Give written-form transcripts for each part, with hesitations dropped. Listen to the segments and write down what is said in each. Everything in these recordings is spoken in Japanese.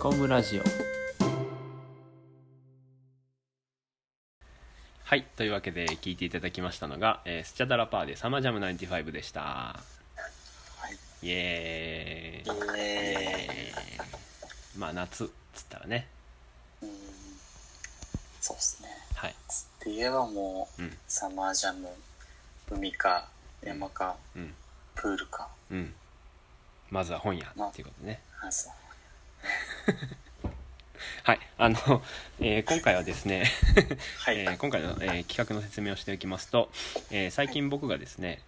コムラジオ。 はい、というわけで聞いていただきましたのが、スチャダラパーでサマージャム95でした。 はい、 イエーイ。まあ夏っつったらね、 そうですね。 はい、 つって言えばもう、サマージャム、海か山か、プールか、 まずは本屋っていうことでね。 そうはい、今回はですね、 はい、 今回の、企画の説明をしておきますと、最近僕がですね、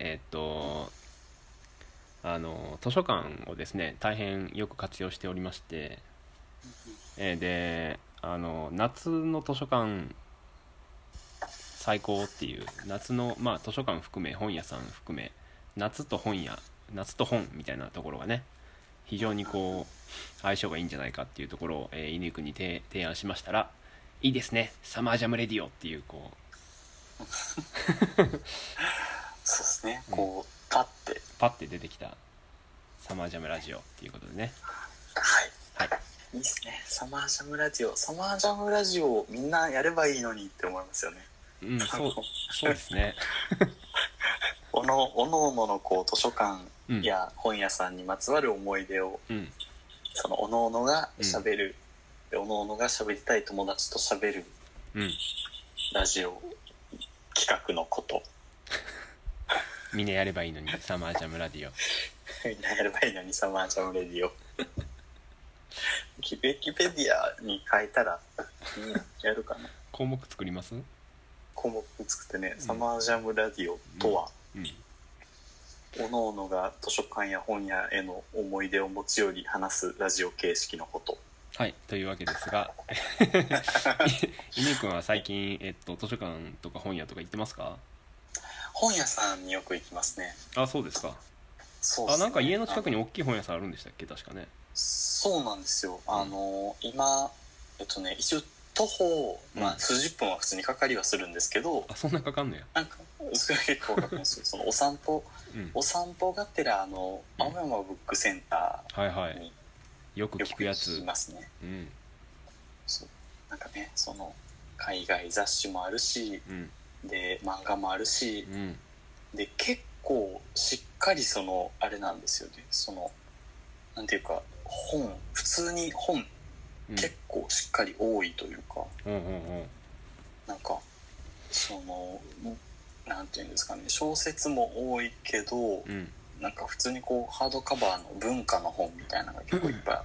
図書館をですね大変よく活用しておりまして、で夏の図書館最高っていう、夏の、図書館含め本屋さん含め夏と本みたいなところがね非常にこう相性がいいんじゃないかっていうところを、乾君に提案しましたら、いいですねサマージャムレディオっていうこうそうですね、こうパッて出てきたサマージャムラジオっていうことでね。 はい、いいですね。サマージャムラジオみんなやればいいのにって思いますよね。 そうですね。 おのおののこう図書館や本屋さんにまつわる思い出を、そのおのおのが喋る、おのおのが喋りたい友達と喋る、ラジオ企画のこと。 みんなやればいいのにサマージャムラディオ。 みんなやればいいのにサマージャムレディオ。ウィキペディアに書いたらみんなやるかな。 項目作ります？ 項目作ってね、サマージャムラディオとは、おのおのが図書館や本屋への思い出を持ち寄り話すラジオ形式のこと。 はい、というわけですが乾君は最近、図書館とか本屋とか行ってますか？ 本屋さんによく行きますね。 あ、そうですか。 そうですね。 なんか家の近くに大きい本屋さんあるんでしたっけ、確かね。 そうなんですよ。今一応徒歩、数十分は普通にかかりはするんですけど、 そんなかかんのや。 なんか結構かかるんですよ。そのお散歩がてら青山ブックセンターによく聞くやつ。 いますね。そうなんかね、その海外雑誌もあるし、で漫画もあるし、で結構しっかりそのあれなんですよね。そのなんていうか普通に本、結構しっかり多いというか、なんかそのなんていうんですかね、小説も多いけど、なんか普通にこうハードカバーの文化の本みたいなのが結構いっぱいあって、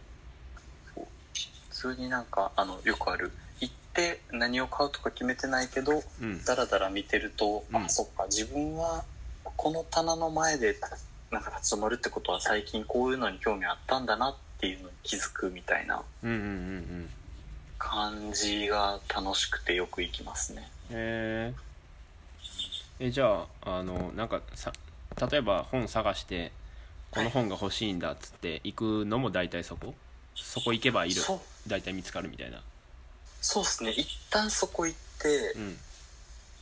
普通になんかよくある、行って何を買うとか決めてないけど、だらだら見てると、そっか自分はこの棚の前でなんか立ち止まるってことは最近こういうのに興味あったんだなっていうのに気づくみたいな感じが楽しくてよく行きますね。 じゃあなんか例えば本探してこの本が欲しいんだっつって行くのも大体そこ行けば大体見つかるみたいな。 そうですね。一旦そこ行って、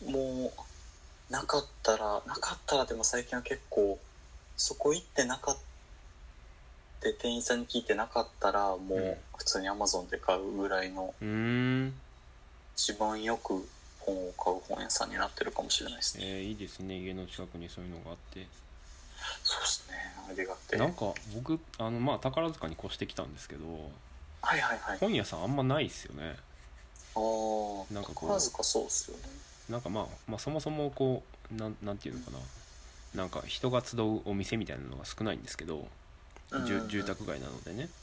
もうなかったらでも最近は結構そこ行ってなかった店員さんに聞いてなかったらもう普通に Amazon で買うぐらいの、一番よく本を買う本屋さんになってるかもしれないですね。 いいですね、家の近くにそういうのがあって。 そうですね、ありがて。 なんか僕宝塚に越してきたんですけど、本屋さんあんまないっすよね。 なんか宝塚そうっすよね。 なんかそもそもこうなんていうのかな、なんか人が集うお店みたいなのが少ないんですけど、住宅街なのでね、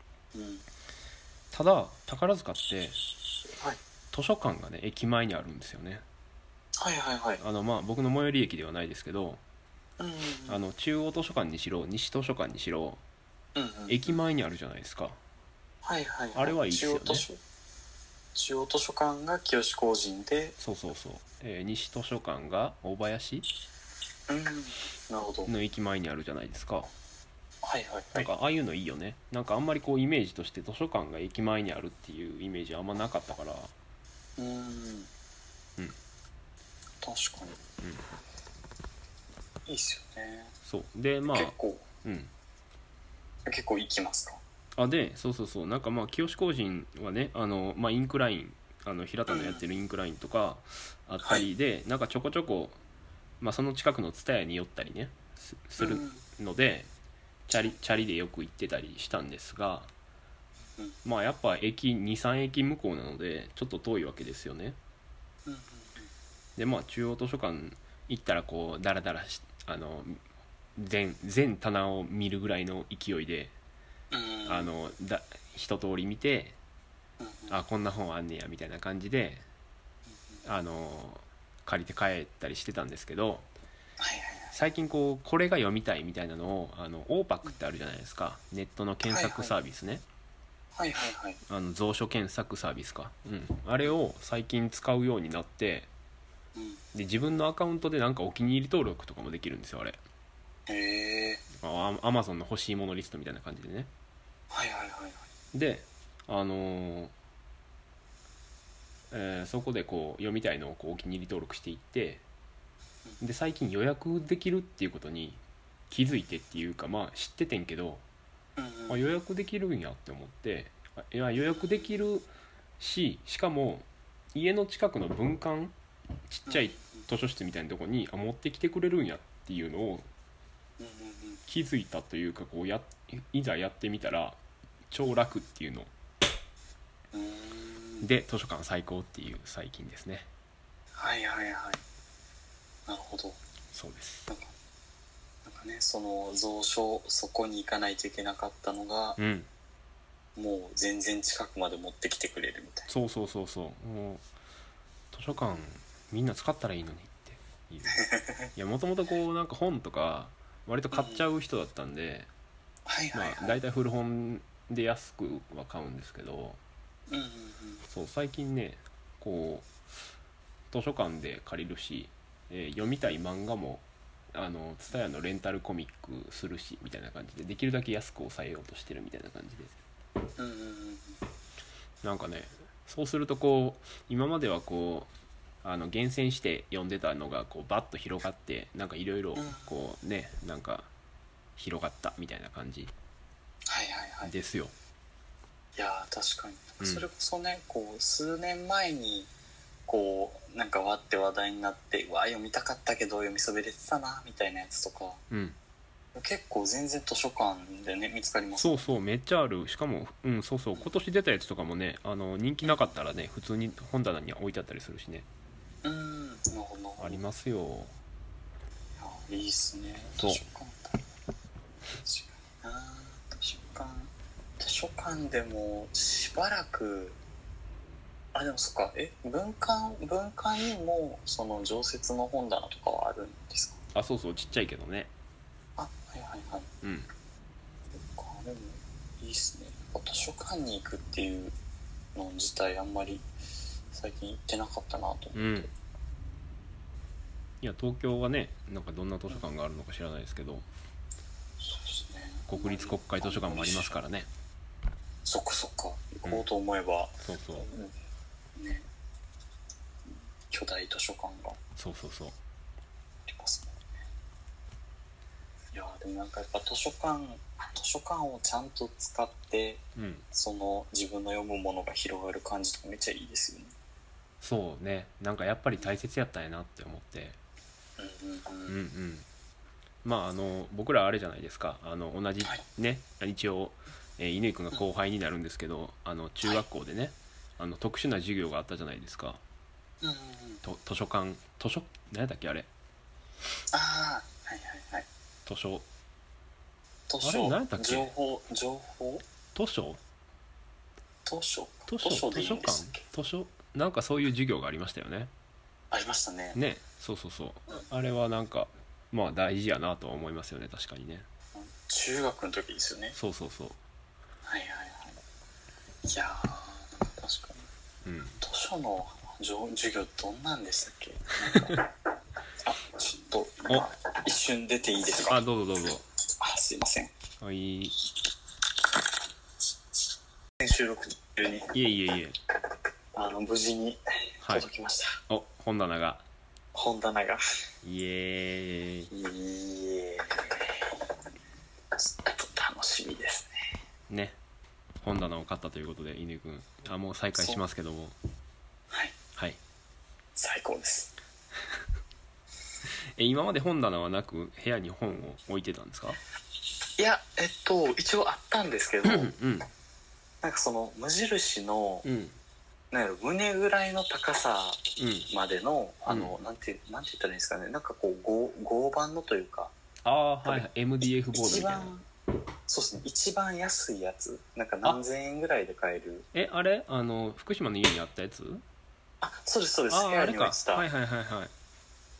ただ宝塚って、図書館がね駅前にあるんですよね。僕の最寄り駅ではないですけど、中央図書館にしろ西図書館にしろ、駅前にあるじゃないですか。あれはいいっすよね。 中央図書館が清志工人で、 そう、西図書館が大林なるほどの駅前にあるじゃないですか。 なんかああいうのいいよね。なんかあんまりこうイメージとして図書館が駅前にあるっていうイメージあんまなかったから。 確かに、いいっすよね。 そうで結構行きますか？ でそうそうそう、なんかまあ清志工人はね、インクライン、平田のやってるインクラインとかあったりで、はい、なんかちょこちょこ、その近くの蔦屋に寄ったりね するので、チャリでよく行ってたりしたんですが、やっぱ駅 2,3 駅向こうなのでちょっと遠いわけですよね。で中央図書館行ったらこうダラダラ全棚を見るぐらいの勢いで一通り見て、こんな本あんねやみたいな感じで借りて帰ったりしてたんですけど、最近これが読みたいみたいなのをオーパックってあるじゃないですか、ネットの検索サービスね、蔵書検索サービスか、あれを最近使うようになって、で自分のアカウントでなんかお気に入り登録とかもできるんですよ、あれ。Amazon の欲しいものリストみたいな感じでね。でそこでこう読みたいのをお気に入り登録していって、で最近予約できるっていうことに気づいてっていうか、知っててんけど、予約できるんやって思って、予約できるし、しかも家の近くの文館、ちっちゃい図書室みたいなとこに持ってきてくれるんやっていうのを気づいたというか、いざやってみたら超楽っていうので、図書館最高っていう最近ですね。 なるほど。 そうです。 なんかね、その蔵書、そこに行かないといけなかったのが、もう全然近くまで持ってきてくれるみたいな。 そうもう図書館みんな使ったらいいのにっていういや、もともとなんか本とか割と買っちゃう人だったんで、だいたい古本で安くは買うんですけど、そう最近ね図書館で借りるし、読みたい漫画もTSUTAYAのレンタルコミックするしみたいな感じで、できるだけ安く抑えようとしてるみたいな感じで、なんかね、そうすると今までは厳選して読んでたのがバッと広がって、なんかいろいろなんか広がったみたいな感じですよ。 いや確かに、それこそね、数年前になんかわって話題になって、読みたかったけど読みそびれてたなみたいなやつとか、結構全然図書館でね見つかります、 ね、そうめっちゃある。しかも今年出たやつとかもね、人気なかったらね普通に本棚に置いてあったりするしね。 なるほどありますよ。 いいっすね。図書館図書館でもしばらく、でもそっか、文館にもその常設の本棚とかはあるんですか？ そうちっちゃいけどね。 でもいいっすね。図書館に行くっていうの自体あんまり最近行ってなかったなと思って、 いや東京はね、なんかどんな図書館があるのか知らないですけど、 そうですね、 国立国会図書館もありますからね。 そっか行こうと思えば、ね、巨大図書館がありますもんね。いやでもなんかやっぱ図書館をちゃんと使って、その自分の読むものが広がる感じとかめっちゃいいですよね。 そうね、なんかやっぱり大切やったんやなって思って、僕らあれじゃないですか、同じね、一応乾君が後輩になるんですけど、中学校でね、特殊な授業があったじゃないですか。図書館、何やったっけあれ。図書あれ何やったっけ。 情報図書なんかそういう授業がありましたよね。 ありましたね。 そうあれはなんか大事やなとは思いますよね、確かにね。 中学の時ですよね。 そういや確かに、図書の授業どんなんでしたっけ？ちょっと今一瞬出ていいですか？ どうぞ。 すいません。 はい。 収録中にいえ無事に届きました。 本棚がイエーイちょっと楽しみですね。 本棚を買ったということで、乾くんもう再開しますけども、 はいはい最高です今まで本棚はなく部屋に本を置いてたんですか？ いや一応あったんですけどうん、 なんかその無印の、 うん、 なんやろ胸ぐらいの高さうん、 までの、 うんなんて言ったらいいんですかね、なんかこう合板のというか、 ああはいはい MDF ボードみたいな。 そうですね、一番安いやつ、なんか何千円ぐらいで買える。 あれ福島の家にあったやつ？ そうですそうです、部屋あれか、 に置いてた。 はいはいはいはい。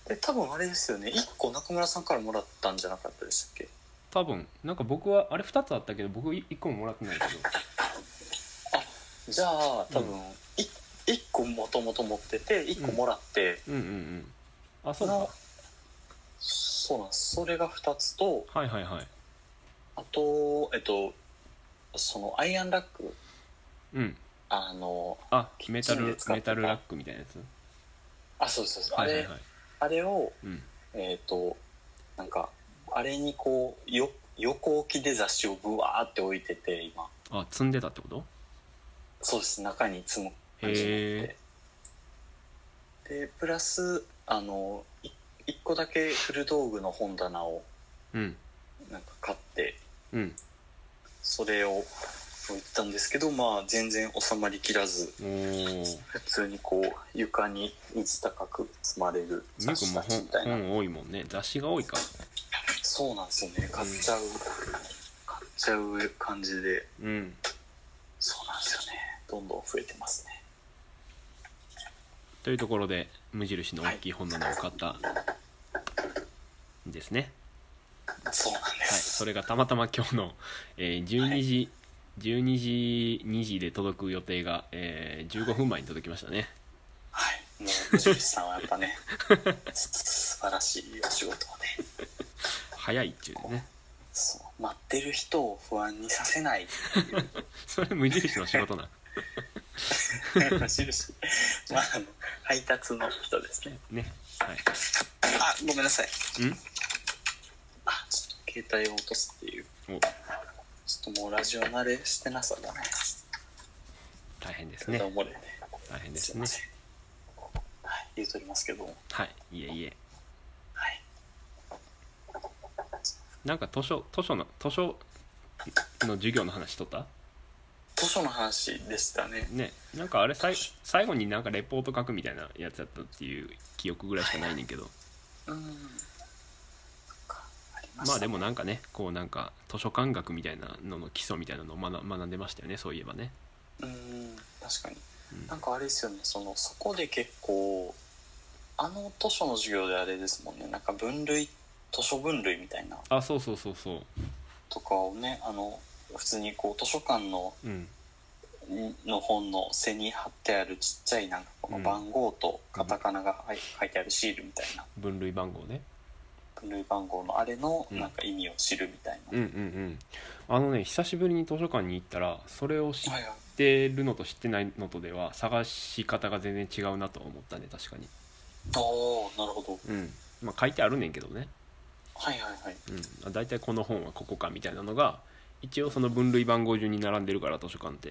で多分あれですよね、1個中村さんからもらったんじゃなかったでしたっけ？ 多分なんか僕はあれ2つあったけど僕1個ももらってないけど。 じゃあ多分、1個もともと持ってて1個もらって、 うんうんうんあそうか、 そうなんです。それが2つと、 はいはいはい、 あとそのアイアンラック、 うんメタルラックみたいなやつ。 そうですそうです、 はいはいはい、 あれを、 うん、 なんかあれにこう横置きで雑誌をブワーって置いてて今。 積んでたってこと？ そうです、中に積む感じになってでプラス1個だけ古道具の本棚をなんか買って、 うん、 それを置いてたんですけど、まあ全然収まりきらず、普通にこう床に水高く積まれる雑誌たちみたいな。 本多いもんね、雑誌が多いか。 そうなんですよね、買っちゃう感じで、そうなんですよね、どんどん増えてますね。 というところで無印の大きい本棚を買ったんですね。 そうなんです、 はい、それがたまたま今日の、12時2時で届く予定が、15分前に届きましたね。 はい、もう無印さんはやっぱね素晴らしいお仕事をね早いっちゅうね。 そう待ってる人を不安にさせないっていうそれ無印の仕事な無印配達の人ですね。 ね、はい。 ごめんなさい。 ちょっと携帯を落とすっていう。ちょっともうラジオ慣れしてなさだね。 大変ですね。大変ですね。 はい、言うとりますけど。 はい、いえいえ。 はい。 なんか図書の授業の話しとった？ 図書の話でしたね。 ね、なんかあれ最後になんかレポート書くみたいなやつやったっていう記憶ぐらいしかないねんけど。まあでもなんかね、こうなんか図書館学みたいなのの基礎みたいなのを学んでましたよね、そういえばね。 確かに、なんかあれですよね、そこで結構図書の授業であれですもんね、なんか図書分類みたいなそうとかをね、普通にこう図書館の、の本の背に貼ってあるちっちゃいなんかこの番号とカタカナが書いてあるシールみたいな、 分類番号ね、 分類番号のあれのなんか意味を知るみたいな、 久しぶりに図書館に行ったらそれを知ってるのと知ってないのとでは探し方が全然違うなと思ったね、確かに。 なるほど。 まあ書いてあるねんけどね。 はいだいたいこの本はここかみたいなのが一応その分類番号順に並んでるから、図書館って。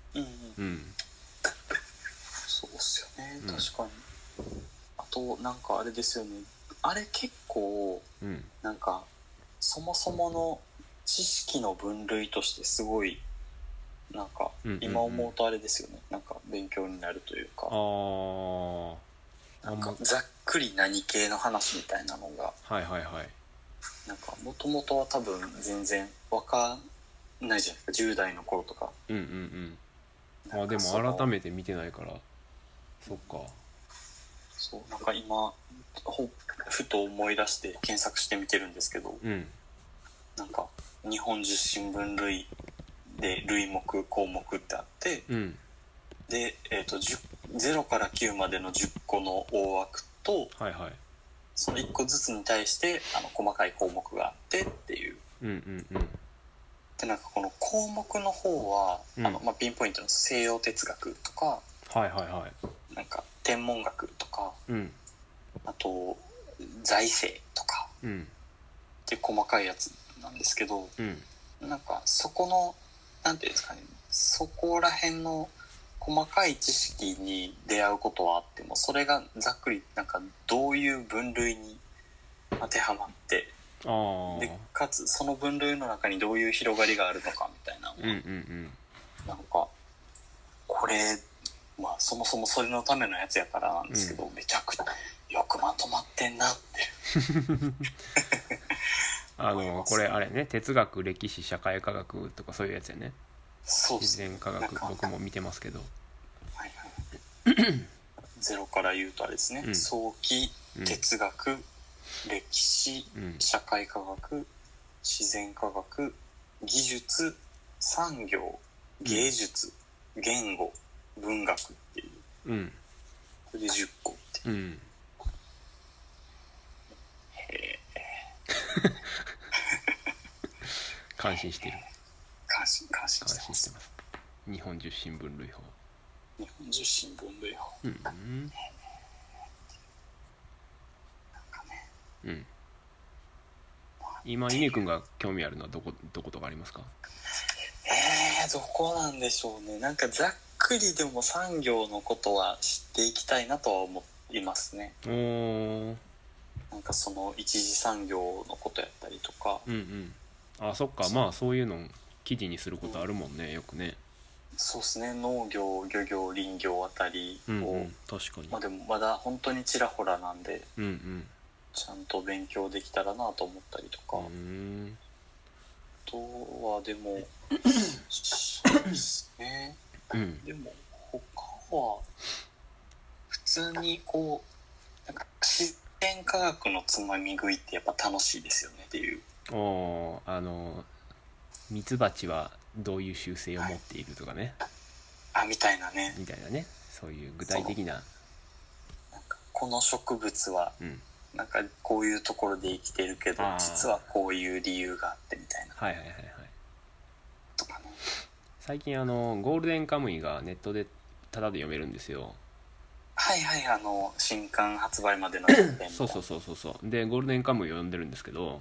そうっすよね、確かに。あとなんかあれですよね、あれ結構、なんかそもそもの知識の分類としてすごいなんか今思うとあれですよね、なんか勉強になるというか、なんかざっくり何系の話みたいなのが、なんかもともとは多分全然分かんないじゃないですか、10代の頃とか。 でも改めて見てないから、そっか。 そうなんか今ふと思い出して検索してみてるんですけど、なんか日本受信分類で類目項目ってあって、で、0から9までの10個の大枠と、その1個ずつに対して細かい項目があってっていう。でなんかこの項目の方は、ピンポイントの西洋哲学とか、なんか天文学とか、あと財政とか、っていう細かいやつなんですけど、なんかそこのなんていうんですかね、 そこら辺の細かい知識に出会うことはあっても、それがざっくりなんかどういう分類に当てはまって、でかつその分類の中にどういう広がりがあるのかみたいなのが、なんかこれまあそもそもそれのためのやつやからなんですけど、めちゃくちゃよくまとまってんなってこれあれね、哲学、歴史、社会科学とかそういうやつやね。 そうですね、 自然科学僕も見てますけど、 はいはい、ゼロから言うとあれですね、早期哲学、歴史、社会科学、自然科学、技術、産業、芸術、言語、文学っていう、それで10個って、へえ感心してる。 感心してます。 日本十新分類法。 日本十新分類法。なんかね。今イネ君が興味あるのはどことかありますか？ どこなんでしょうね。なんかざっくりでも産業のことは知っていきたいなとは思いますね。なんかその一次産業のことやったりとか。 あ、そっか。まあそういうの記事にすることあるもんね、よくね。 そうですね、農業、漁業、林業あたりを、 確かに。 まあでもまだ本当にちらほらなんで、ちゃんと勉強できたらなと思ったりとか。あとはでもそうですね、でも他は普通にこうなんか自然科学のつまみ食いってやっぱ楽しいですよねっていう。 ミツバチはどういう習性を持っているとかね、 みたいなね、 そういう具体的な、 なんかこの植物はなんかこういうところで生きてるけど実はこういう理由があってみたいな、とかね。 最近ゴールデンカムイがネットでタダで読めるんですよ。 新刊発売までのそうでゴールデンカムイを読んでるんですけど、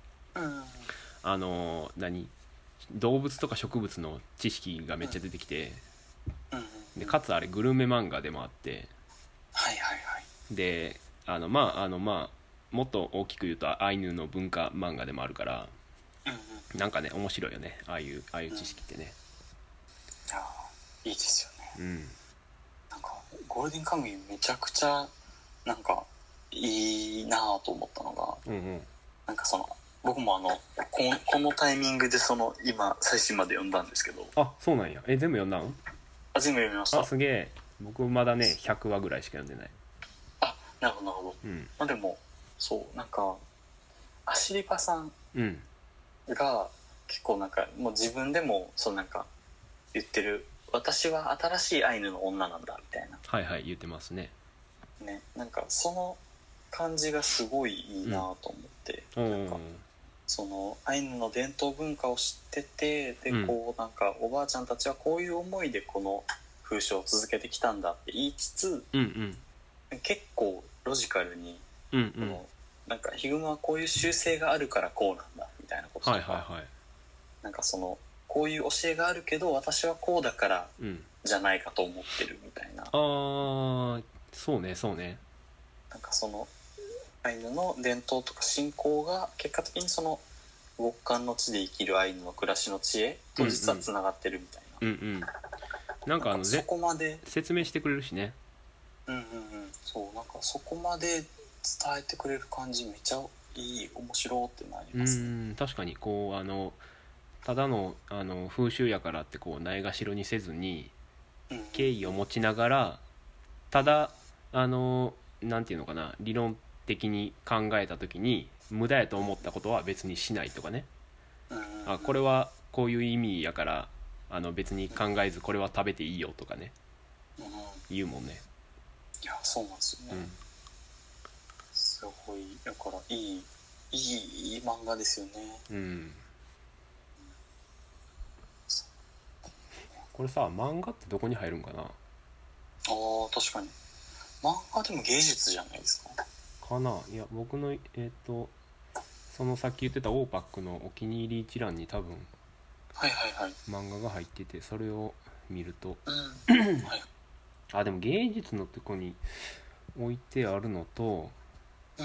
動物とか植物の知識がめっちゃ出てきて、でかつあれグルメ漫画でもあって、でもっと大きく言うとアイヌの文化漫画でもあるから、なんかね面白いよね、ああいう知識ってね。 いいですよね。なんかゴールデンカムイめちゃくちゃなんかいいなと思ったのが、なんかその僕もこのタイミングで今最新まで読んだんですけど。 あ、そうなんや。全部読んだん？ 全部読みました。 あ、すげえ。僕まだね100話ぐらいしか読んでない。 なるほどなるほど。でもそうなんかアシリパさんが結構なんかもう自分でもなんか言ってる、私は新しいアイヌの女なんだみたいな。 言ってますね。 なんかその感じがすごいいいなと思って、なんかそのアイヌの伝統文化を知ってて、でこうなんかおばあちゃんたちはこういう思いでこの風習を続けてきたんだって言いつつ、結構ロジカルに、なんかヒグマはこういう習性があるからこうなんだみたいなこととか、なんかこういう教えがあるけど私はこうだからじゃないかと思ってるみたいな。 そうね。 なんかアイヌの伝統とか信仰が結果的に極寒の地で生きるアイヌの暮らしの知恵と実はつながってるみたいな。 なんかそこまで説明してくれるしね。 そうなんかそこまで伝えてくれる感じめちゃいい、面白ってなりますね。 確かにこうただの風習やからってこうないがしろにせずに敬意を持ちながら、ただなんていうのかな、理論的に考えた時に無駄やと思ったことは別にしないとかね、これはこういう意味やから別に考えずこれは食べていいよとかね、言うもんね。 いやそうなんですよね、すごいだからいい漫画ですよね。 これさ、漫画ってどこに入るんかな。 確かに漫画でも芸術じゃないですかな。いや僕のそのさっき言ってたオーパックのお気に入り一覧に多分はいはいはい。 漫画が入ってて、それを見ると、 うん。はい。 あ、でも芸術のとこに置いてあるのと、 うんうんうん。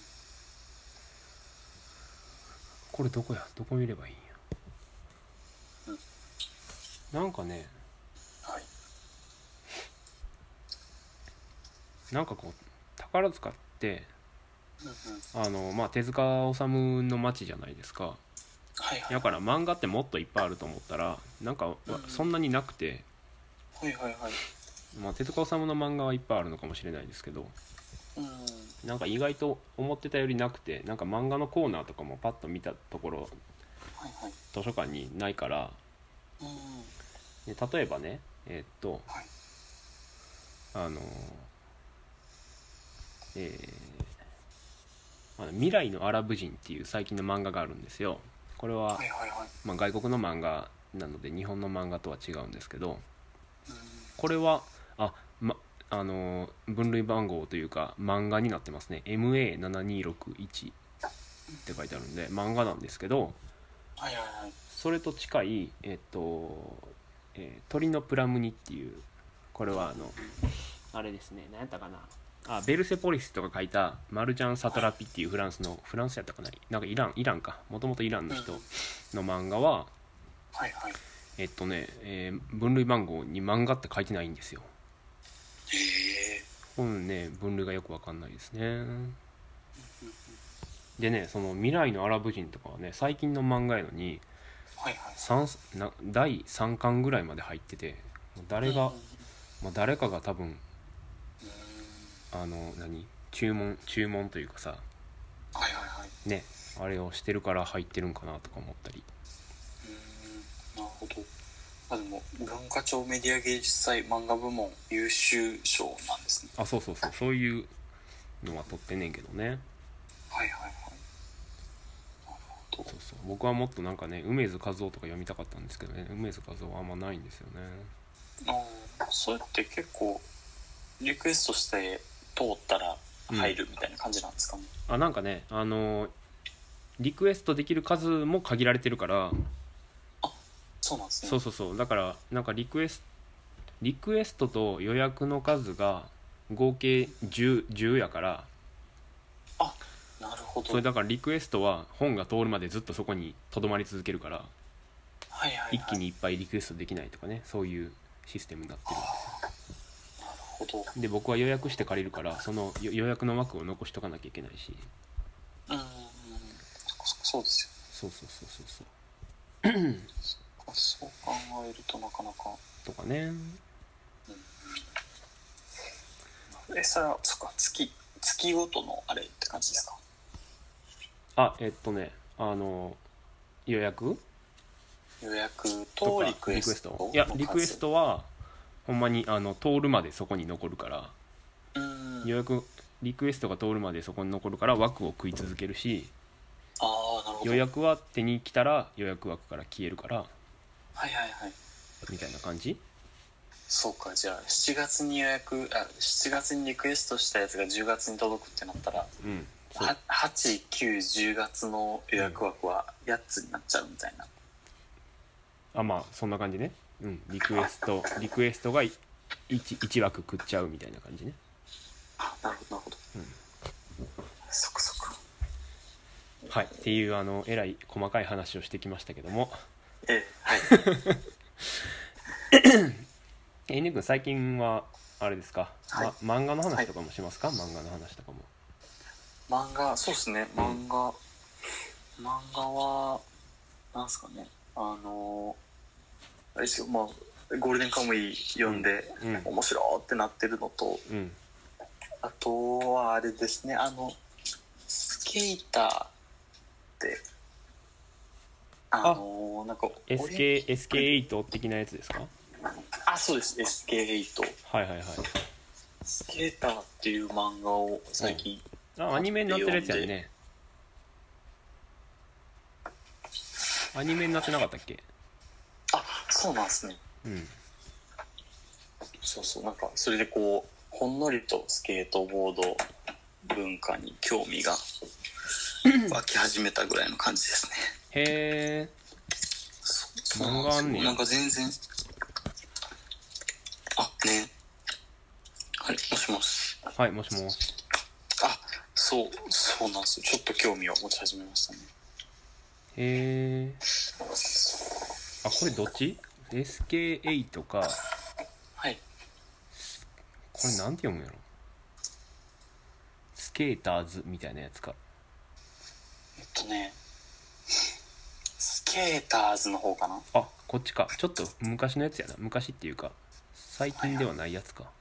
これどこ見ればいいんや。 うん。 なんかね、 はい。 なんかこう宝塚ってうんうん。 まあ手塚治虫の街じゃないですか。 はいはい。 だから漫画ってもっといっぱいあると思ったらなんかうんうん。 そんなになくて、 はいはいはい。 まあ手塚治虫の漫画はいっぱいあるのかもしれないですけど、 うん。 なんか意外と思ってたよりなくて、なんか漫画のコーナーとかもパッと見たところはいはい。 図書館にないから、 うん。 で例えばね、 はい。 あのえ未来のアラブ人っていう最近の漫画があるんですよ。これは、 はいはいはい。 まあ、外国の漫画なので日本の漫画とは違うんですけど、 うん。 これは分類番号というか漫画になってますね。 MA7261 って書いてあるんで漫画なんですけど、 はいはいはい。 それと近い鳥のプラムニっていう、これはあれですね、何やったかな、ベルセポリスとか書いたマルジャン・サトラピっていうフランスやったかな、なんかイランか、もともとイランの人の漫画は、 はいはい。 分類番号に漫画って書いてないんですよ。 へえ。 このね分類がよくわかんないですね。でね、その未来のアラブ人とかはね最近の漫画やのにはいはいはい。 第3巻ぐらいまで入ってて、誰が、 うんうんうん。 まあ、誰かが多分う注文というかさ、 はいはいはい。 ね、あれをしてるから入ってるんかなとか思ったり。 なるほど。あ、でも文化庁メディア芸術祭漫画部門優秀賞なんですね。 あ、そうそういうのは撮ってんねんけどね。 はいはいはい。なるほど。 そう僕はもっとなんかね梅津和夫とか読みたかったんですけどね、梅津和夫はあんまないんですよね。 それって結構リクエストして通ったら入るみたいな感じなんですかね。 なんかねリクエストできる数も限られてるから。 あ、そうなんですね。 そうだからなんかリクエストと予約の数が合計 10やから、 あ、なるほど。 それだからリクエストは本が通るまでずっとそこにとどまり続けるから、 はいはいはい。 一気にいっぱいリクエストできないとかね、そういうシステムになってるんですよ。 なるほど。 で僕は予約して借りるから、その予約の枠を残しとかなきゃいけないし。 そうですそうそうよ。そう考えるとなかなか。 とかね。 それはそっか、月ごとのあれって感じですか。 予約とかリクエスト。 いやリクエストはほんまに通るまでそこに残るから、リクエストが通るまでそこに残るから枠を食い続けるし、 ああ、なるほど。 予約は手に来たら予約枠から消えるから、 はいはいはい。 みたいな感じ。 そうか、じゃあ7月にリクエストしたやつが10月に届くってなったら、8、9、10月の予約枠は8つになっちゃうみたいな。 まあそんな感じね。リクエストが 1枠食っちゃうみたいな感じね。 なるほどなるほど。そっかそっか。 はい、っていうえらい細かい話をしてきましたけども、 はい。 N 君最近はあれですか、 はい、 漫画の話とかもしますか、漫画の話とかも。 漫画、そうですね、漫画はなんすかね、あれですよ、ゴールデンカムイ読んで、面白ってなってるのと、あとはあれですね、スケーターってなんか SK8 的なやつですか。 そうです、SK8。 はいはいはい。 スケーターっていう漫画を最近、 アニメになってるやつやんね。アニメになってなかったっけ。 そうなんですね。そうなんかそれでこうほんのりとスケートボード文化に興味が湧き始めたぐらいの感じですね。 へえ。 漫画あんねや。 なんか全然、あ、ね。あれ、もしもし。 はい、もしもし。 あ、そうなんですよ。ちょっと興味を持ち始めましたね。 へえ。あ、これどっち？ SK8 か。 はい。 これなんて読むんやろ？スケーターズみたいなやつか。 スケーターズの方かな。 あ、こっちか。ちょっと昔のやつやな。昔っていうか最近ではないやつか。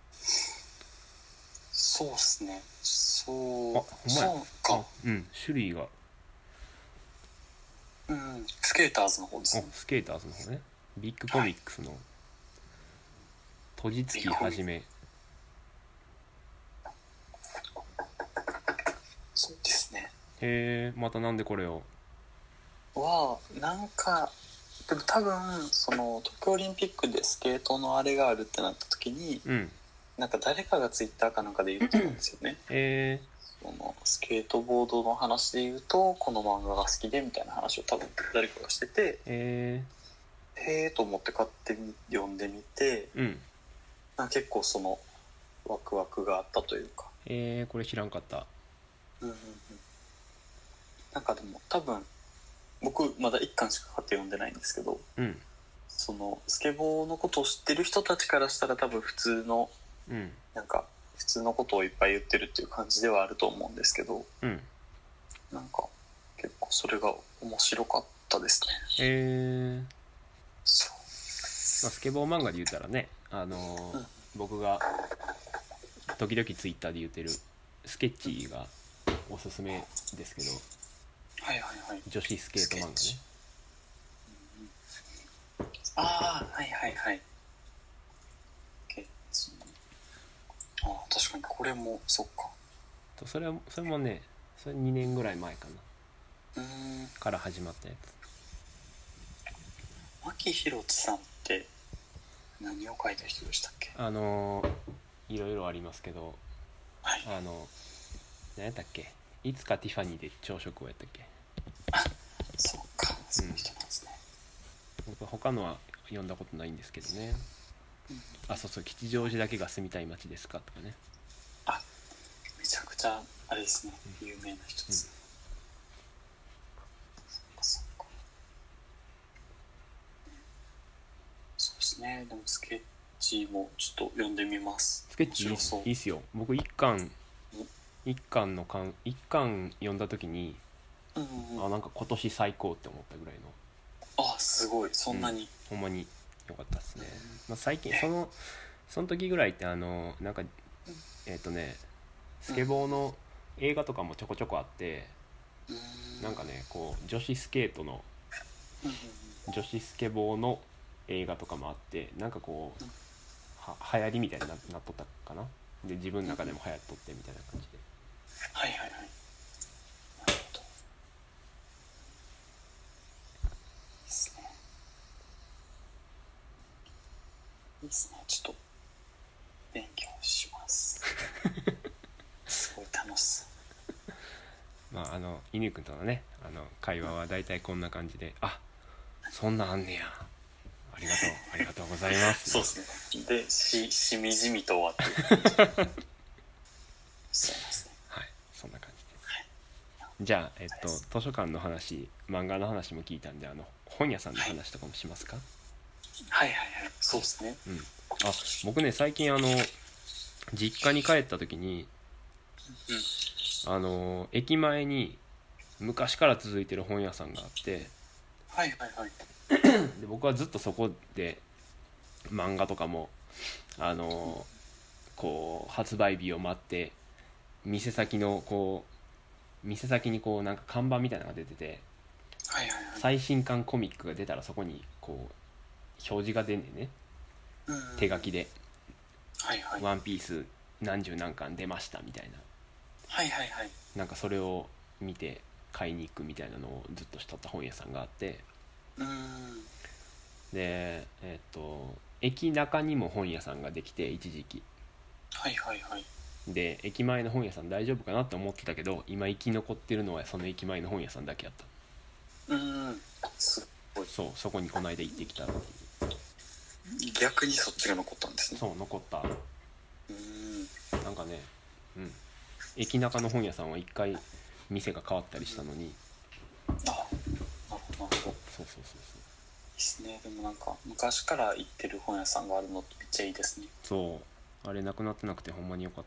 そうっすね。そう。 あ、ほんまや。 そうか。 うん、種類が。 うん、スケーターズの方ですね。 スケーターズの方ね。ビッグコミックスの閉じつきはじめ。 そうですね。 へえ、またなんでこれを。 なんか、でも多分その東京オリンピックでスケートのあれがあるってなった時に、 うん。 なんか誰かがツイッターかなんかで言ってたんですよね。 へえ。 そのスケートボードの話で言うとこの漫画が好きでみたいな話を多分誰かがしてて、へえと思って買って読んでみて、 うん。 なんか結構そのワクワクがあったというか。 これ知らんかった。 うんうんうん。なんかでも多分僕まだ1巻しか買って読んでないんですけど、 うん。 そのスケボーのことを知ってる人たちからしたら多分普通の、 うん。 なんか普通のことをいっぱい言ってるっていう感じではあると思うんですけど、 うん。 なんか結構それが面白かったですね。そう。 まあ、スケボー漫画で言ったらね、僕が時々ツイッターで言ってるスケッチがおすすめですけど、 はいはいはい。 女子スケート漫画ね。 ああ、はいはいはい。ああ、確かにこれもそっか。 それもね、それ2年ぐらい前かな。 うん。 から始まったやつ。 牧宏さんって何を書いた人でしたっけ？ いろいろありますけど、 はい。 何やったっけ？いつかティファニーで朝食をやったっけ？ あ、そっか、そういう人なんですね。 僕は他のは読んだことないんですけどね。あ、そうそう、吉祥寺だけが住みたい街ですかとかね。 あ、めちゃくちゃあれですね、有名な人ですね。そっか。そうですね。でもスケッチもちょっと読んでみます。 スケッチいいっすよ。僕一巻読んだ時に、なんか今年最高って思ったぐらいの。 あ、すごい、そんなに。 ほんまに良かったですね。まあ、最近その時ぐらいってなんかスケボーの映画とかもちょこちょこあって、なんかねこう女子スケボーの映画とかもあって、なんかこう流行りみたいになっとったかな。で自分の中でも流行っとってみたいな感じで。 はいはいはい。なるほど。いいですね。いいですね。ちょっと勉強します。すごい楽しそう。 まあ乾くんとのね会話はだいたいこんな感じで、あ、そんなんあんねや、ありがとうございます。 そうですね。で、しみじみと終わってる。そうですね。 はい、そんな感じで。はい、じゃあ、図書館の話、漫画の話も聞いたんで、本屋さんの話とかもしますか？ はいはいはい。そうですね。 うん。あ、僕ね、最近実家に帰った時に、駅前に昔から続いてる本屋さんがあって、 はいはいはい。 で僕はずっとそこで漫画とかもこう発売日を待って、店先にこうなんか看板みたいなのが出てて、 はいはいはい。 最新刊コミックが出たらそこにこう表示が出んねんね、手書きで、 はいはい。 ワンピース何十何巻出ましたみたいな、 はいはいはい。 なんかそれを見て買いに行くみたいなのをずっとしとった本屋さんがあって、で駅中にも本屋さんができて、一時期。 はいはいはい。 で駅前の本屋さん大丈夫かなって思ってたけど、今生き残ってるのはその駅前の本屋さんだけやった。 そうそこにこの間行ってきたっていう。 逆にそっちが残ったんですね。 そう残った。なんかね、駅中の本屋さんは一回店が変わったりしたのに。 あ、なるほどなるほど。そうですね。でもなんか昔から行ってる本屋さんがあるのってめっちゃいいですね。 そうあれなくなってなくてほんまによかった。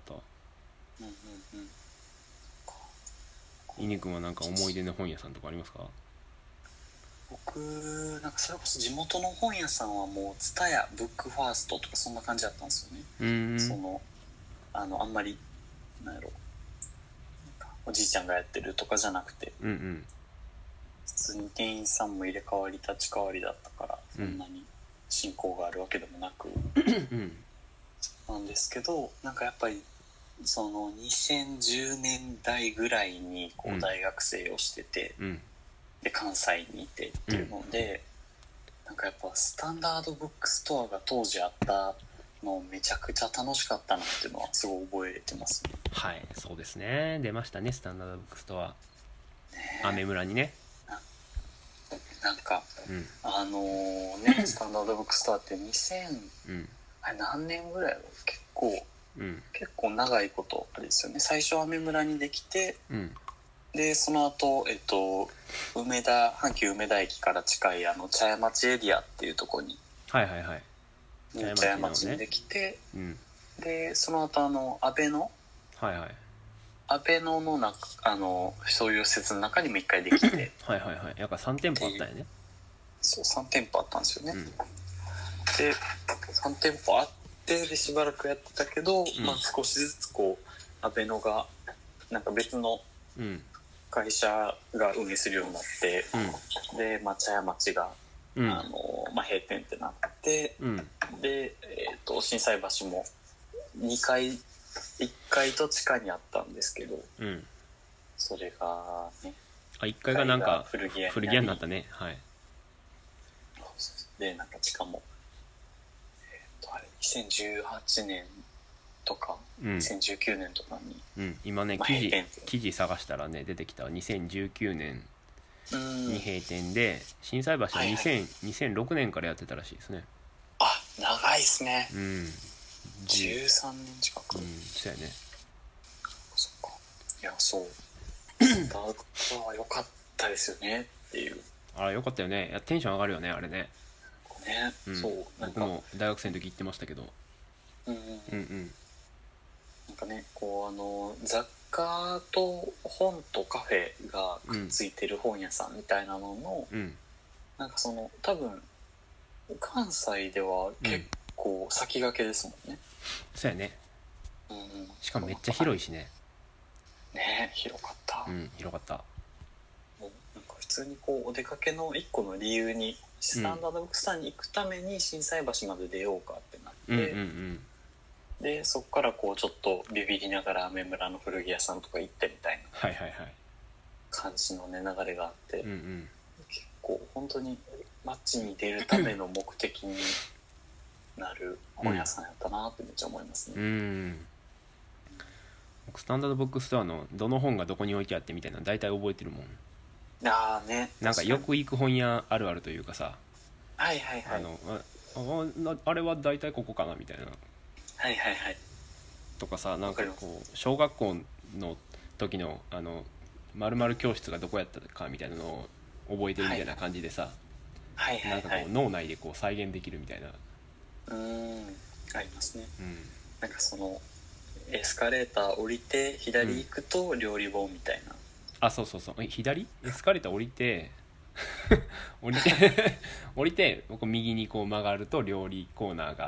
イニ君はなんか思い出の本屋さんとかありますか？ 僕なんかそれこそ地元の本屋さんはもう蔦屋ブックファーストとかそんな感じだったんですよね。そのあんまりなんやろ、なんかおじいちゃんがやってるとかじゃなくて、普通に店員さんも入れ替わり立ち替わりだったからそんなに親交があるわけでもなく、なんですけど、なんかやっぱりその2010年代ぐらいにこう大学生をしてて、で関西にいてっていうので、なんかやっぱスタンダードブックストアが当時あったのめちゃくちゃ楽しかったなっていうのはすごい覚えてますね。 はい、そうですね。出ましたね、スタンダードブックストア。アメ村にね。 なんか、スタンダードブックストアって2000、あれ何年ぐらいやろ、結構長いことあれですよね。最初アメ村にできて、でその後阪急梅田駅から近い茶屋町エリアっていうところに、茶屋町にできて、でその後阿部ののそういう施設の中にも1回できてやっぱ3店舗あったよね。 そう3店舗あったんですよね。で3店舗あってでしばらくやってたけど、少しずつこう阿部のがなんか別の会社が運営するようになって、で茶屋町が、閉店ってなって、で、心斎橋も2階1階と地下にあったんですけど、それがね 1階がなんか古着屋になったね。 でなんか地下もあれ2018年とか、2019年とかに、 今ね記事探したらね出てきた2019年に閉店で、心斎橋は2006年からやってたらしいですね。 あ、長いっすね。13年近く。 そうやね。 そっか。いや、そうダークは良かったですよねっていう。 あら良かったよね。いやテンション上がるよねあれね。 そう僕も大学生の時行ってましたけど、 なんかねこう雑貨と本とカフェがくっついてる本屋さんみたいなのの、なんかその多分関西では結構先駆けですもんね。 そうやね。しかもめっちゃ広いしね。 広かった。 広かった。 もうなんか普通にこうお出かけの一個の理由にスタンダードブックスターに行くために心斎橋まで出ようかってなって、でそこからこうちょっとビビりながらアメ村の古着屋さんとか行ってみたいな感じのね流れがあって、結構本当に街に出るための目的になる本屋さんやったなってめっちゃ思いますね。 スタンダードブックストアのどの本がどこに置いてあってみたいな大体覚えてるもん。なんかよく行く本屋あるあるというかさ、あれは大体ここかなみたいなとかさ、なんかこう小学校の時の〇〇教室がどこやったかみたいなのを覚えてるみたいな感じでさ、なんかこう脳内でこう再現できるみたいな。 ありますね。なんかそのエスカレーター降りて左行くと料理本みたいな、 そう左エスカレーター降りて降りて僕右にこう曲がると料理コーナーがあって、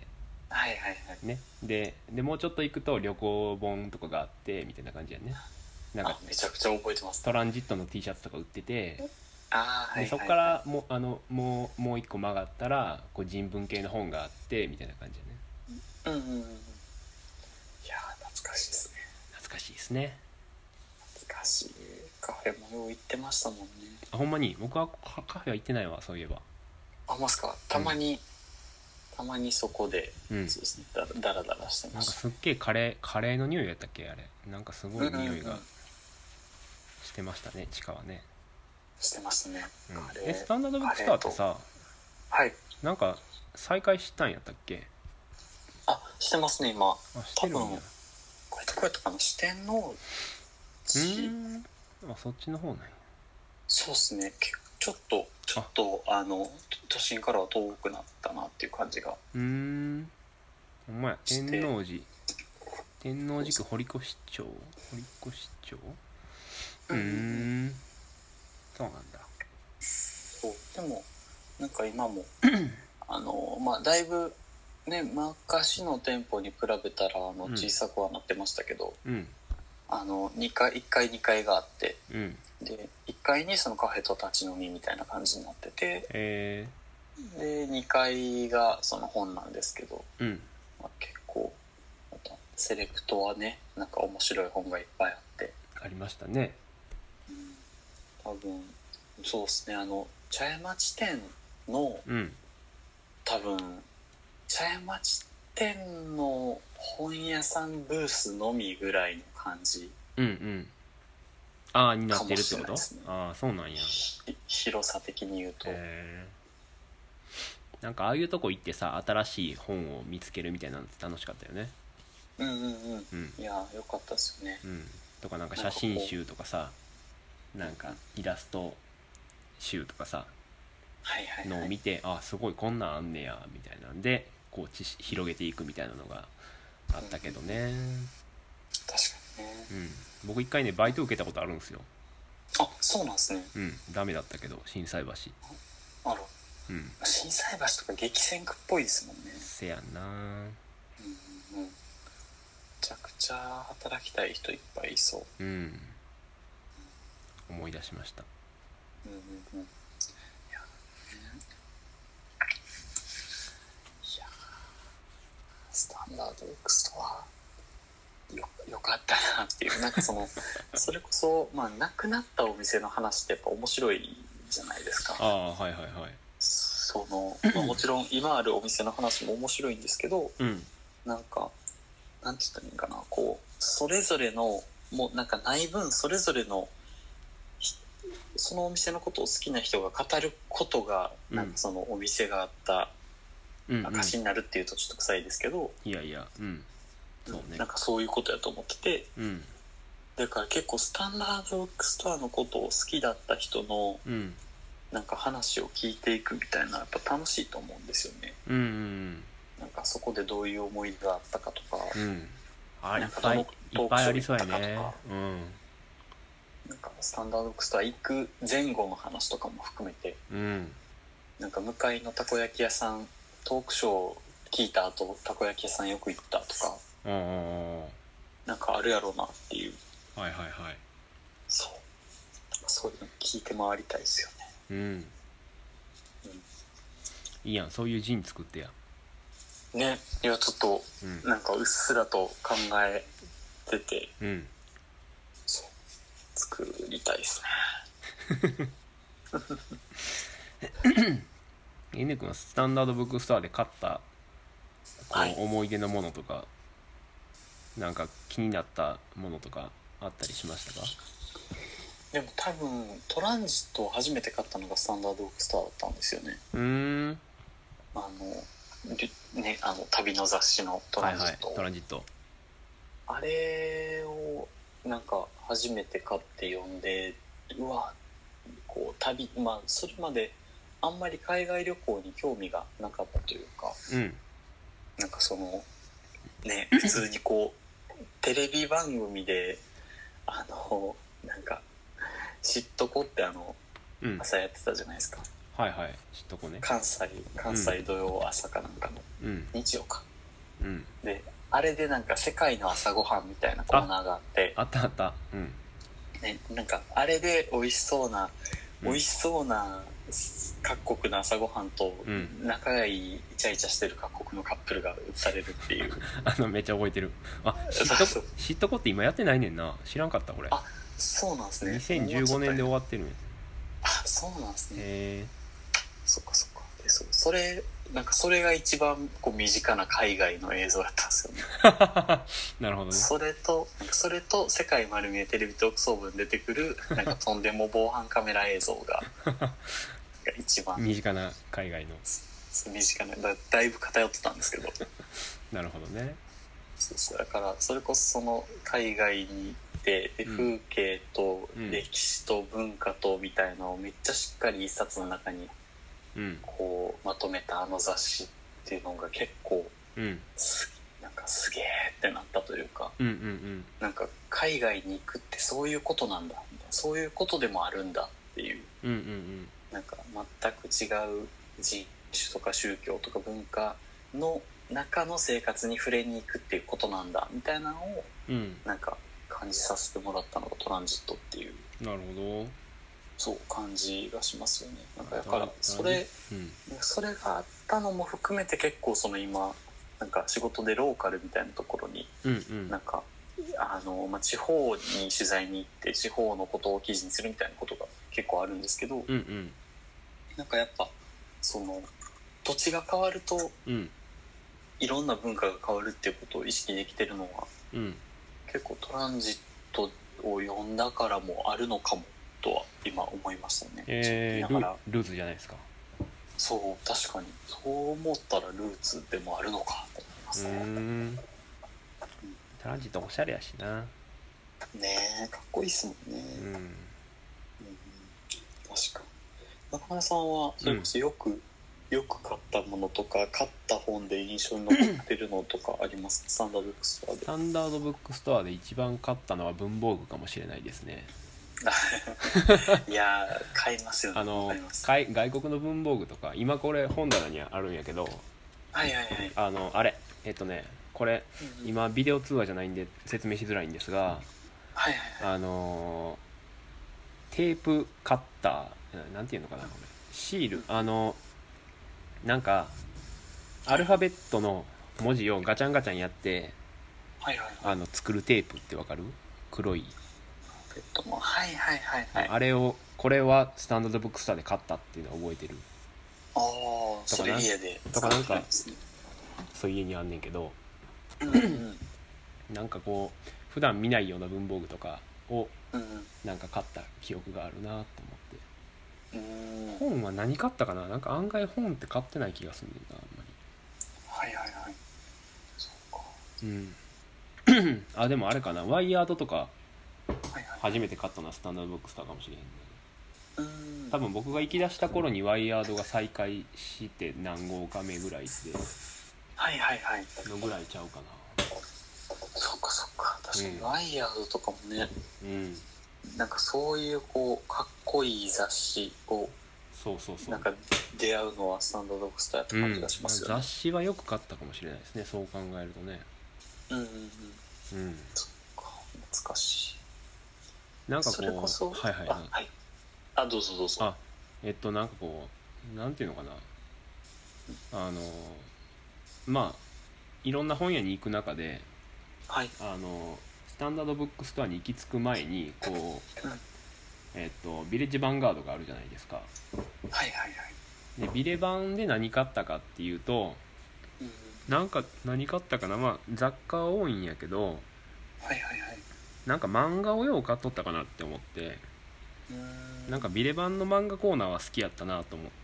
でもうちょっと行くと旅行本とかがあってみたいな感じやね。なんかめちゃくちゃ覚えてます。 トランジットの T シャツとか売ってて、でそこからもう一個曲がったらこう人文系の本があってみたいな感じやね。 いや懐かしいですね。 懐かしいですね。 懐かしい。カフェもよう行ってましたもんね。 ほんまに僕はカフェは行ってないわ、そういえば。 ますか。たまにそこで、そうですね、ダラダラしてました。 なんかすっげえカレーの匂いやったっけあれ。なんかすごい匂いがしてましたね、地下はね。 してましたね、 スタンダードブックストアってさ、 はい、 なんか再開したんやったっけ？ してますね今。 してるんや。 多分これどこやったかな、四天王寺。 そっちの方なんや。 そうっすね、ちょっと都心からは遠くなったなっていう感じが。 ほんまや。天王寺区堀越町。そうなんだ。 そうでもなんか今もだいぶね昔の店舗に比べたら小さくはなってましたけど、1階2階があって、で1階にそのカフェと立ち飲みみたいな感じになってて、で2階がその本なんですけど、結構またセレクトはね、なんか面白い本がいっぱいあってありましたね。 多分そうですね、茶屋町店の、多分茶屋町店の本屋さんブースのみぐらいの感じになってるってこと？そうなんや。 広さ的に言うと、 なんかああいうとこ行ってさ、新しい本を見つけるみたいなのって楽しかったよね。 いやよかったですよね。 とかなんか写真集とかさ、なんかイラスト集とかさ、のを見て、すごいこんなんあんねやみたいなんでこう広げていくみたいなのがあったけどね。 確かにね。 僕一回ねバイト受けたことあるんですよ。 そうなんですね。 ダメだったけど、心斎橋。 心斎橋とか激戦区っぽいですもんね。 せやんな。 めちゃくちゃ働きたい人いっぱいいそう。 思い出しました。 スタンダードブックストアよかったなっていう、なんかそれこそなくなったお店の話ってやっぱ面白いじゃないですか。もちろん今あるお店の話も面白いんですけど、なんかなんて言ったらいいかな、こうそれぞれのもうなんかない分それぞれのそのお店のことを好きな人が語ることが、なんかそのお店があった証になるっていうとちょっと臭いですけど、なんかそういうことやと思ってて、だから結構スタンダードブックストアのことを好きだった人の、なんか話を聞いていくみたいなやっぱ楽しいと思うんですよね。なんかそこでどういう思い出があったかとか、 なんかどのトークショー行ったかとか、 なんかスタンダードブックストア行く前後の話とかも含めて、なんか向かいのたこ焼き屋さんトークショー聞いた後たこ焼き屋さんよく行ったとか、なんかあるやろうなっていう、そういうの聞いて回りたいですよね。 いいやん、そういう陣作ってやね。いやちょっと、なんかうっすらと考えてて、そう作りたいですね。N 君はスタンダードブックストアで買った思い出のものとか、なんか気になったものとかあったりしましたか？ でも多分トランジットを初めて買ったのがスタンダードブックストアだったんですよね。旅の雑誌のトランジット、あれをなんか初めて買って読んで、こうそれまであんまり海外旅行に興味がなかったというか、なんか普通にこうテレビ番組でなんか知っとこって朝やってたじゃないですか。 知っとこね。 関西土曜朝かなんかの、日曜か、であれでなんか世界の朝ごはんみたいなコーナーがあって、 あった、 なんかあれで美味しそうな各国の朝ごはんと仲がいいイチャイチャしてる各国のカップルが映されるっていうめっちゃ覚えてる。知っとこって今やってないねんな。知らんかったこれ。 そうなんですね。 2015年で終わってるんや。 そうなんですね。そっかでそれなんかそれが一番こう身近な海外の映像だったんですよね。 なるほどね。 それと世界丸見えテレビ特捜部に出てくるなんかとんでも防犯カメラ映像が一番身近な海外の身近なだいぶ偏ってたんですけどなるほどね。 そうだからそれこそその海外に行って風景と歴史と文化とみたいなのをめっちゃしっかり一冊の中にこうまとめたあの雑誌っていうのが結構なんかすげーってなったというか、なんか海外に行くってそういうことなんだみたいな、そういうことでもあるんだっていう、なんか全く違う人種とか宗教とか文化の中の生活に触れに行くっていうことなんだみたいなのをなんか感じさせてもらったのがトランジットっていう、 なるほど、 そう感じがしますよね。なんかだからそれがあったのも含めて結構その今なんか仕事でローカルみたいなところになんか地方に取材に行って地方のことを記事にするみたいなことが結構あるんですけど、なんかやっぱその土地が変わるといろんな文化が変わるっていうことを意識できてるのは結構トランジットを読んだからもあるのかもとは今思いましたね。 ルーツじゃないですか。 そう確かにそう思ったらルーツでもあるのかと思いますね。 トランジットおしゃれやしな。 ねえかっこいいっすもんね。確かに。中村さんはそれこそよく買ったものとか買った本で印象に残ってるのとかありますか？スタンダードブックストアで。 スタンダードブックストアで一番買ったのは文房具かもしれないですね。 いや買いますよね。 外国の文房具とか今これ本棚にあるんやけど、あれこれ、今ビデオ通話じゃないんで説明しづらいんですが、テープカッターなんていうのかな、シール、なんかアルファベットの文字をガチャンガチャンやって作るテープってわかる？黒いあれをこれはスタンダードブックストアで買ったっていうのを覚えてる。 それ家でとかなんかそういう家にあんねんけどなんかこう普段見ないような文房具とかをなんか買った記憶があるなと思って。本は何買ったかな。なんか案外本って買ってない気がするんだよな、あんまり。そうか。でもあれかな、ワイヤードとか初めて買ったのはスタンダードブックストアかもしれへんね。多分僕が行き出した頃にワイヤードが再開して何号か目ぐらいでのぐらいちゃうかな。 そっか確かにワイヤードとかもね、なんかそういうこうかっこいい雑誌をなんか出会うのはスタンダードブックストアって感じがしますよね。 雑誌はよく買ったかもしれないですね、そう考えるとね。 そっか懐かしい。 なんかこうそれこそどうぞ。 なんかこうなんていうのかな、まあいろんな本屋に行く中で、スタンダードブックストアに行き着く前にこう、ビレッジヴァンガードがあるじゃないですか。でビレ版で何買ったかっていうと、なんか何買ったかな、雑貨は多いんやけど、なんか漫画をよう買っとったかなって思って、なんかビレ版の漫画コーナーは好きやったなと思って、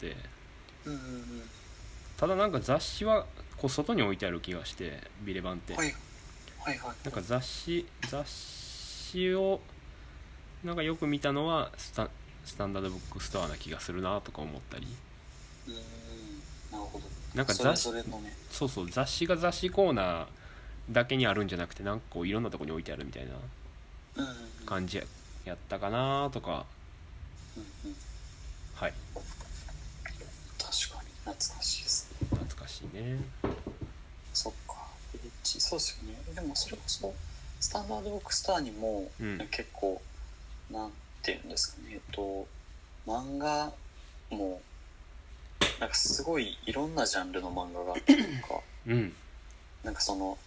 ただなんか雑誌はこう外に置いてある気がして、ビレ版って、なんか雑誌をなんかよく見たのはスタンダードブックストアな気がするなとか思ったり。 なるほど。 なんか雑誌が雑誌コーナーだけにあるんじゃなくて、なんかこういろんなとこに置いてあるみたいな感じやったかなとか。はい。 確かに懐かしいですね。 懐かしいね。そっか。 そうですよね。でもそれこそスタンダードブックストアにも結構、なんていうんですかね、漫画もなんかすごいいろんなジャンルの漫画があったりとか、なんかその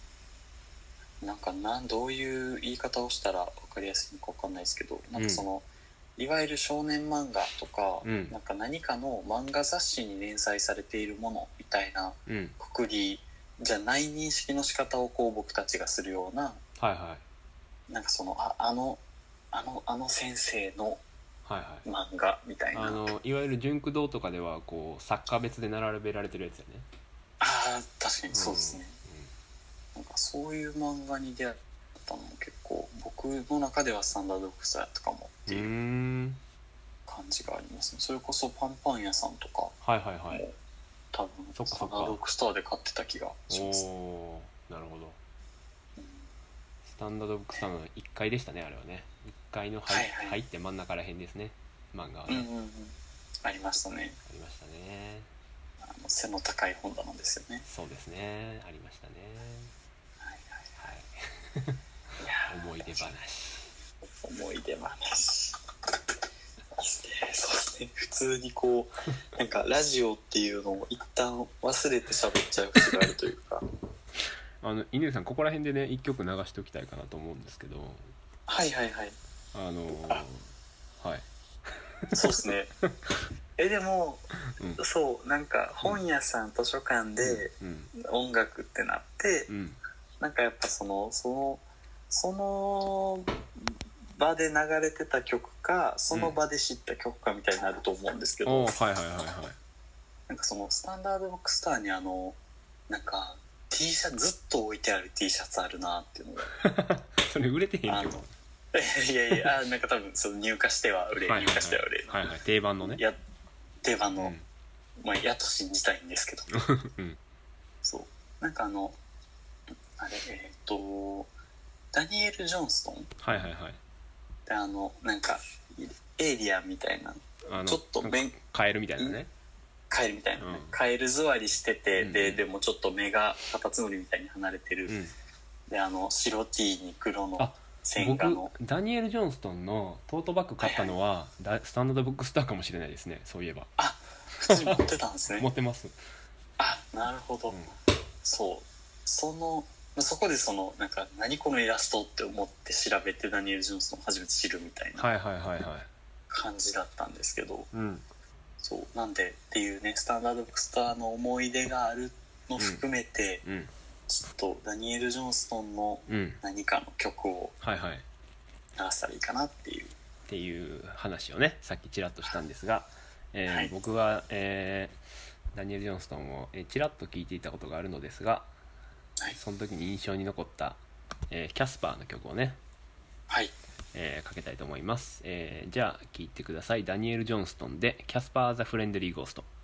なんかどういう言い方をしたら分かりやすいのか分かんないですけど、なんかそのいわゆる少年漫画とか、 うん、 なんか何かの漫画雑誌に連載されているものみたいなくくりじゃない認識の仕方をこう僕たちがするような、 はいはなんかそのあの先生のいはいはい、 漫画みたいな、 いわゆる純駆動とかではこう作家別で並べられてるやつやね。 ああ確かにそうですね、なんかそういう漫画に出会ったのも結構僕の中ではスタンダードブックスターとかもっていう感じがありますね。それこそパンパン屋さんとかもはいはいはい、 多分そっかそっか、 スタンダードブックスターで買ってた気がします。 おー、なるほど、スタンダードブックスターの1階でしたね、あれはね。1階のはいはい、 入って真ん中らへんですね、漫画はね、 ありましたね。 ありましたね。 背の高い本棚ですよね。 そうですね、ありましたね。 はいはいはい、 はい、思い出話。 思い出話そうですね、普通にこうなんかラジオっていうのを一旦忘れて喋っちゃう節があるというか犬さんここら辺でね一曲流しておきたいかなと思うんですけど、 はいはいはい、 はい、 そうですねでも、 うん、 そうなんか本屋さん、図書館で音楽ってなって、なんかやっぱその場で流れてた曲かその場で知った曲かみたいになると思うんですけど、 はいはいはいはい、 なんかそのスタンダードブックスターになんか T シャツずっと置いてある T シャツあるなっていうのがそれ売れてへんけどいやいやなんか多分その入荷しては売れ、入荷しては売れ、 はいはい、定番のね、 定番の、まあやと信じたいんですけど、そうなんかあれダニエル・ジョンストン、 はいはいはい、 でなんかエイリアンみたいなちょっとカエルみたいなね、 カエルみたいな、カエル座りしてて、でもちょっと目がカタツムリみたいに離れてる、で白 T に黒の線画の、 僕ダニエル・ジョンストンのトートバッグ買ったのは、スタンダードブックスターかもしれないですね、そういえば。 あ、普通に持ってたんですね持ってます。 あ、なるほど、そうそこでなんか何このイラストって思って調べてダニエル・ジョンストンを初めて知るみたいな感じだったんですけど、そうなんでっていうね、スタンダードブックスターの思い出があるの含めて、ちょっとダニエル・ジョンストンの何かの曲を流したらいいかなっていう話をねさっきちらっとしたんですが、僕は、ダニエル・ジョンストンをちらっと聞いていたことがあるのですが、その時に印象に残った、キャスパーの曲をね、かけたいと思います。じゃあ聴いてください。ダニエル・ジョンストンでキャスパー・ザ・フレンドリー・ゴースト。